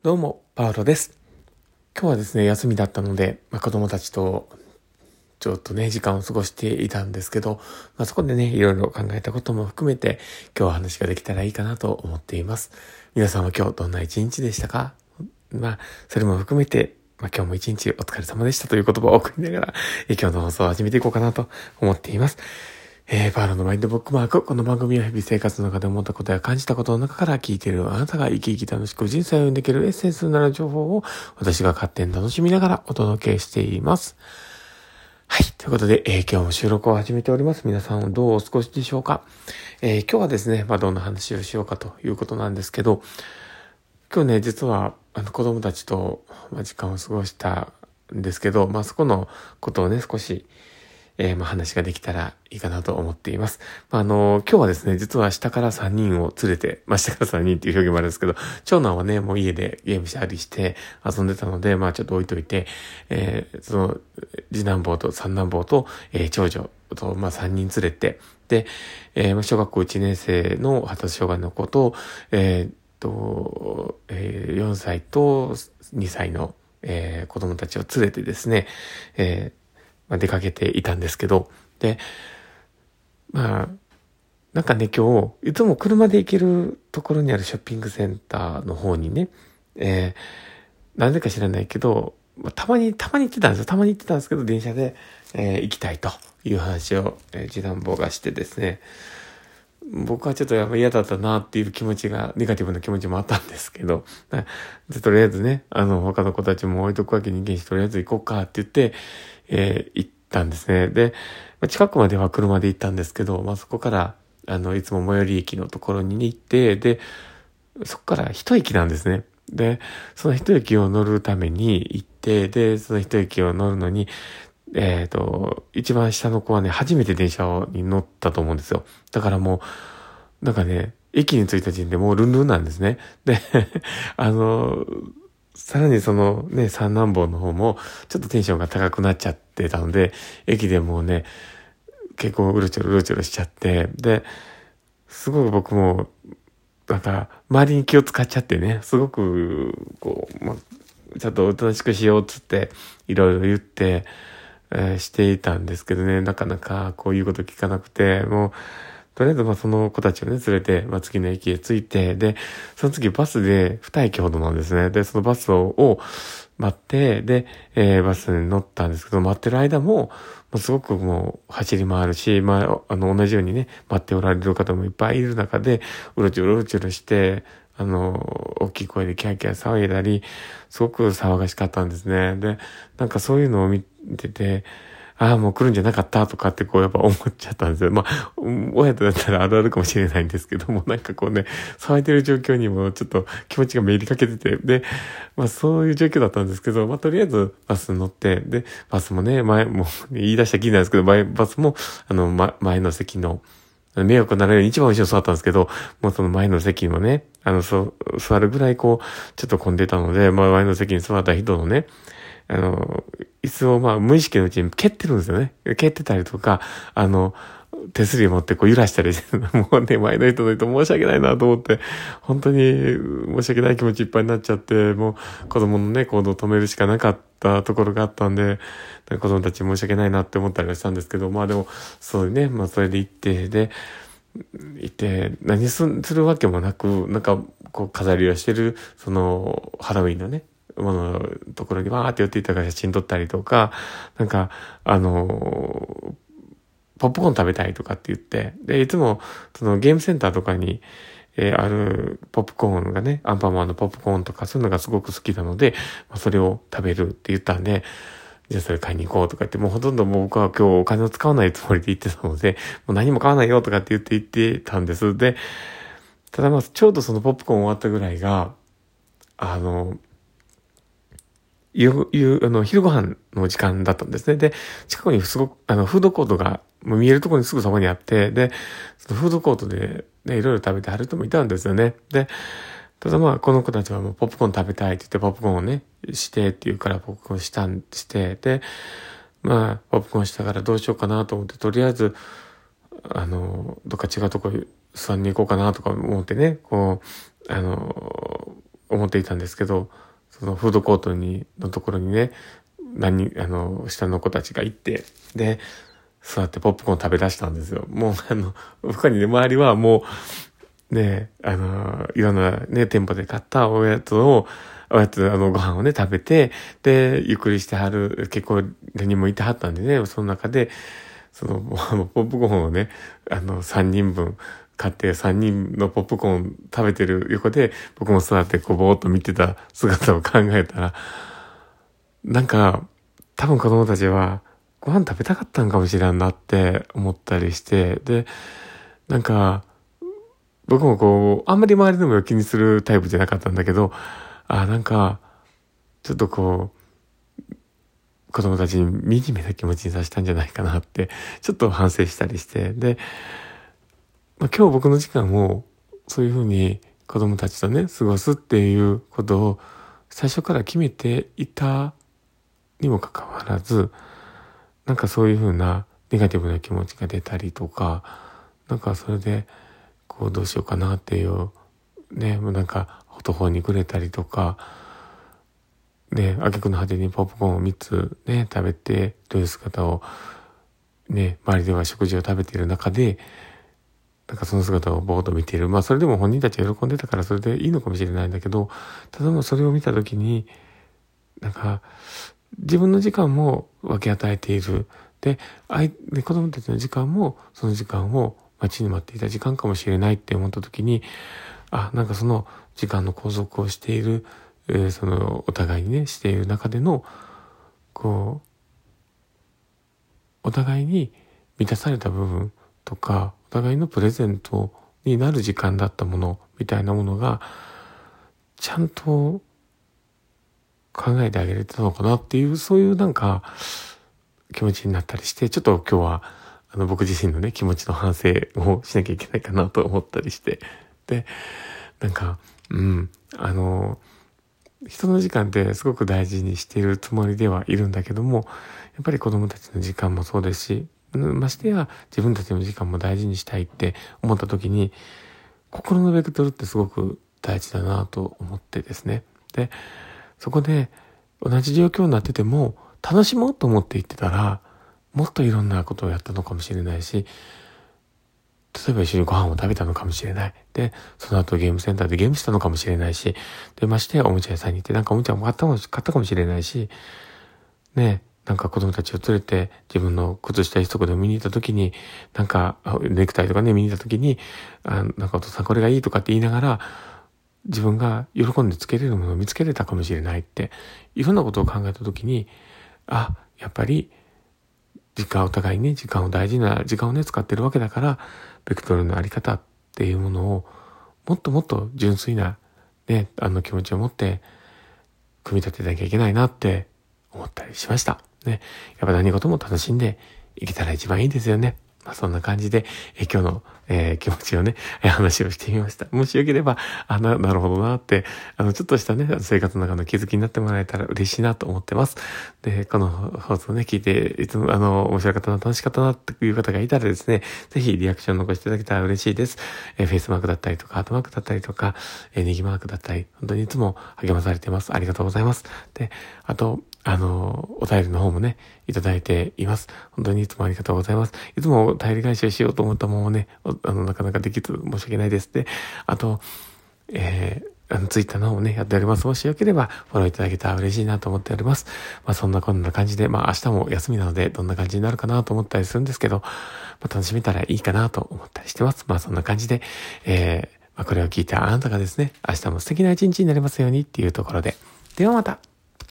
どうも、パウロです。今日はですね、休みだったので、子供たちとちょっとね、時間を過ごしていたんですけど、そこでね、いろいろ考えたことも含めて、今日は話ができたらいいかなと思っています。皆さんは今日どんな一日でしたか？それも含めて、今日も一日お疲れ様でしたという言葉を送りながら、今日の放送を始めていこうかなと思っています。パールのマインドブックマーク。この番組は日々生活の中で思ったことや感じたことの中から聞いているあなたが生き生き楽しく人生を歩んでいけるエッセンスになる情報を私が勝手に楽しみながらお届けしています。はい。ということで、今日も収録を始めております。皆さんはどうお過ごしでしょうか？今日はですね、どんな話をしようかということなんですけど、今日ね、実は子供たちと時間を過ごしたんですけど、そこのことをね、少し話ができたらいいかなと思っています。今日はですね、実は下から3人を連れて、下から3人っていう表現もあるんですけど、長男はね、もう家でゲームしたりして遊んでたので、ちょっと置いといて、その、次男坊と三男坊と、長女と、3人連れて、で、小学校1年生の発達障害の子と、4歳と2歳の、子供たちを連れてですね、出かけていたんですけど、で、なんかね、今日、いつも車で行けるところにあるショッピングセンターの方にね、なぜか知らないけど、たまに行ってたんですよ。たまに行ってたんですけど、電車で、行きたいという話を、次男坊がしてですね、僕はちょっとやっぱ嫌だったなっていう気持ちが、ネガティブな気持ちもあったんですけど、とりあえずね、他の子たちも置いとくわけにいけんし、とりあえず行こうかって言って、行ったんですね。で、近くまでは車で行ったんですけど、そこから、いつも最寄り駅のところに行って、で、そこから一駅なんですね。で、その一駅を乗るために行って、で、その一駅を乗るのに、一番下の子はね、初めて電車に乗ったと思うんですよ。だからもう、なんかね、駅に着いた時点でもうルンルンなんですね。で、さらにそのね、三男坊の方も、ちょっとテンションが高くなっちゃってたので、駅でもうね、結構うろちょろしちゃって、で、すごく僕も、なんか、周りに気を使っちゃってね、すごく、ちょっとおとなしくしようっつって、いろいろ言って、していたんですけどね、なかなかこういうこと聞かなくて、もう、とりあえずその子たちをね、連れて、次の駅へ着いて、で、その次バスで2駅ほどなんですね。で、そのバスを待って、で、バスに乗ったんですけど、待ってる間も、すごくもう走り回るし、同じようにね、待っておられる方もいっぱいいる中で、うろちょろして、大きい声でキャーキャー騒いだり、すごく騒がしかったんですね。で、なんかそういうのを見てて、もう来るんじゃなかったとかってやっぱ思っちゃったんですよ。親とだったらあるあるかもしれないんですけども、なんか騒いでる状況にもちょっと気持ちがめりかけてて、で、そういう状況だったんですけど、とりあえずバスに乗って、で、バスもね、もう言い出したきりなんですけど、バスも、前の席の、迷惑にならないように一番後ろ座ったんですけど、もうその前の席もね、座るぐらいちょっと混んでたので、前の席に座った人のね、椅子を無意識のうちに蹴ってるんですよね。蹴ってたりとか、手すり持って揺らしたりして、もうね、前の人申し訳ないなと思って、本当に申し訳ない気持ちいっぱいになっちゃって、もう子供のね、行動を止めるしかなかったところがあったんで、子供たち申し訳ないなって思ったりはしたんですけど、でも、そうね、それで行って、何するわけもなく、なんか、飾りをしてる、ハロウィンのね、ところにわーって寄っていったから写真撮ったりとか、なんか、ポップコーン食べたいとかって言って、で、いつも、ゲームセンターとかに、あるポップコーンがね、アンパンマンのポップコーンとかそういうのがすごく好きなので、それを食べるって言ったんで、じゃあそれ買いに行こうとか言って、もうほとんど僕は今日お金を使わないつもりで行ってたので、もう何も買わないよとかって言ってたんです。で、ただちょうどそのポップコーン終わったぐらいが、昼ご飯の時間だったんですね。で、近くにすごく、フードコートが、もう見えるところにすぐそばにあって、で、そのフードコートで、ね、いろいろ食べてはる人もいたんですよね。で、ただこの子たちはもうポップコーン食べたいって言って、ポップコーンをね、してって言うからポップコーンして、で、ポップコーンしたからどうしようかなと思って、とりあえず、どっか違うとこ座りに行こうかなとか思ってね、お思っていたんですけど、そのフードコートのところにね、下の子たちが行って、で、座ってポップコーン食べ出したんですよ。もう他にね、周りはもう、ね、いろんなね、店舗で買ったご飯をね、食べて、で、ゆっくりしてはる、結構何人もいてはったんでね、その中で、ポップコーンをね、3人分買って3人のポップコーン食べてる横で、僕も座ってぼーっと見てた姿を考えたら、なんか、多分子供たちはご飯食べたかったんかもしれんなって思ったりして、で、なんか、僕もあんまり周りの目を気にするタイプじゃなかったんだけど、なんか、ちょっと子供たちに惨めな気持ちにさせたんじゃないかなって、ちょっと反省したりして、で、今日僕の時間をそういうふうに子供たちとね、過ごすっていうことを最初から決めていたにもかかわらず、なんかそういうふうなネガティブな気持ちが出たりとか、なんかそれでどうしようかなっていう、ね、もうなんか途方に暮れたりとか、ね、挙句の果てにポップコーンを3つね、食べてという姿を、ね、周りでは食事を食べている中で、なんかその姿をぼーっと見ている。それでも本人たちは喜んでたからそれでいいのかもしれないんだけど、ただそれを見たときに、なんか、自分の時間も分け与えている。で、子供たちの時間もその時間を待ちに待っていた時間かもしれないって思ったときに、なんかその時間の拘束をしている、お互いにね、している中での、お互いに満たされた部分とか、お互いのプレゼントになる時間だったものみたいなものがちゃんと考えてあげれてたのかなっていう、そういうなんか気持ちになったりして、ちょっと今日は僕自身のね、気持ちの反省をしなきゃいけないかなと思ったりして、で、なんか人の時間ってすごく大事にしているつもりではいるんだけども、やっぱり子供たちの時間もそうですし、ましてや自分たちの時間も大事にしたいって思った時に、心のベクトルってすごく大事だなと思ってですね。で、そこで同じ状況になってても楽しもうと思って言ってたら、もっといろんなことをやったのかもしれないし、例えば一緒にご飯を食べたのかもしれない。で、その後ゲームセンターでゲームしたのかもしれないし、で、ましてやおもちゃ屋さんに行ってなんかおもちゃを買ったかもしれないし、ね、なんか子供たちを連れて自分の靴下一足で見に行った時に、なんかネクタイとかね見に行った時に、なんかお父さんこれがいいとかって言いながら、自分が喜んでつけれるものを見つけれたかもしれないって、いろんなことを考えた時に、やっぱりお互いに時間を大事な時間をね使ってるわけだから、ベクトルのあり方っていうものをもっともっと純粋なね、気持ちを持って組み立てなきゃいけないなって思ったりしました。ね。やっぱ何事も楽しんでいけたら一番いいですよね。そんな感じで、今日の、気持ちをね、話をしてみました。もしよければ、なるほどなって、ちょっとしたね、生活の中の気づきになってもらえたら嬉しいなと思ってます。で、この放送ね、聞いて、いつも、面白かったな、楽しかったなっていう方がいたらですね、ぜひリアクション残していただけたら嬉しいです。フェイスマークだったりとか、ハートマークだったりとか、ネギマークだったり、本当にいつも励まされています。ありがとうございます。で、あと、お便りの方もね、いただいています。本当にいつもありがとうございます。いつもお便り返しをしようと思ったものをね、なかなかできず申し訳ないです。で、あと、ツイッターの方もね、やっております。もしよければ、フォローいただけたら嬉しいなと思っております。そんなこんな感じで、明日も休みなので、どんな感じになるかなと思ったりするんですけど、楽しめたらいいかなと思ったりしてます。そんな感じで、これを聞いたあなたがですね、明日も素敵な一日になりますようにっていうところで、ではまた。